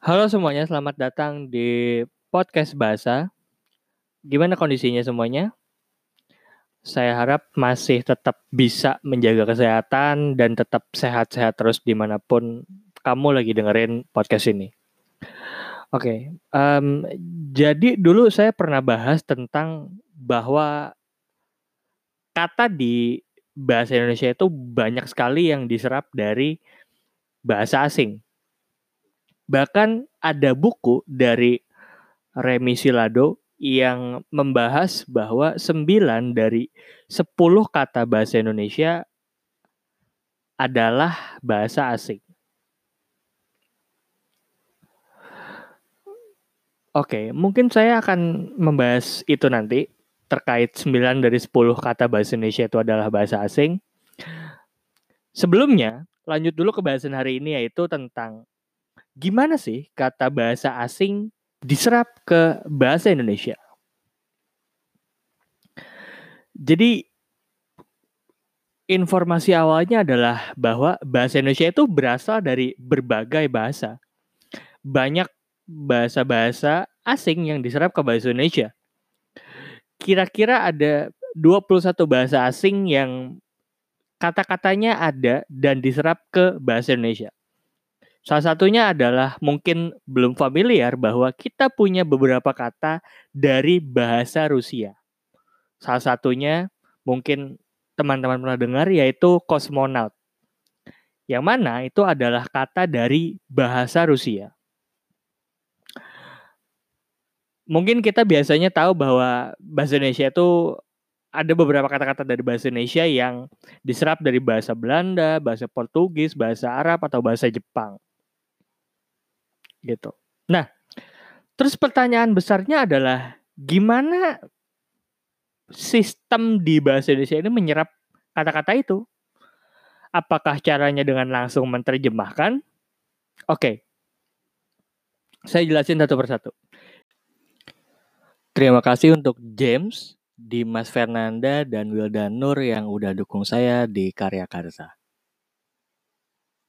Halo semuanya, selamat datang di podcast Bahasa. Gimana kondisinya semuanya? Saya harap masih tetap bisa menjaga kesehatan dan tetap sehat-sehat terus dimanapun kamu lagi dengerin podcast ini. Oke, jadi dulu saya pernah bahas tentang bahwa kata di bahasa Indonesia itu banyak sekali yang diserap dari bahasa asing. Bahkan ada buku dari Remy Silado yang membahas bahwa 9 dari 10 kata bahasa Indonesia adalah bahasa asing. Oke, mungkin saya akan membahas itu nanti terkait 9 dari 10 kata bahasa Indonesia itu adalah bahasa asing. Sebelumnya, lanjut dulu ke bahasan hari ini yaitu tentang gimana sih kata bahasa asing diserap ke bahasa Indonesia. Jadi informasi awalnya adalah bahwa bahasa Indonesia itu berasal dari berbagai bahasa. Banyak bahasa-bahasa asing yang diserap ke bahasa Indonesia. Kira-kira ada 21 bahasa asing yang kata-katanya ada dan diserap ke bahasa Indonesia. Salah satunya adalah mungkin belum familiar bahwa kita punya beberapa kata dari bahasa Rusia. Salah satunya mungkin teman-teman pernah dengar yaitu kosmonaut. Yang mana itu adalah kata dari bahasa Rusia. Mungkin kita biasanya tahu bahwa bahasa Indonesia itu ada beberapa kata-kata dari bahasa Indonesia yang diserap dari bahasa Belanda, bahasa Portugis, bahasa Arab, atau bahasa Jepang. Gitu. Nah, terus pertanyaan besarnya adalah gimana sistem di bahasa Indonesia ini menyerap kata-kata itu? Apakah caranya dengan langsung menerjemahkan? Oke, saya jelasin satu persatu. Terima kasih untuk James, Dimas Fernanda, dan Wildan Nur yang udah dukung saya di Karya Karsa.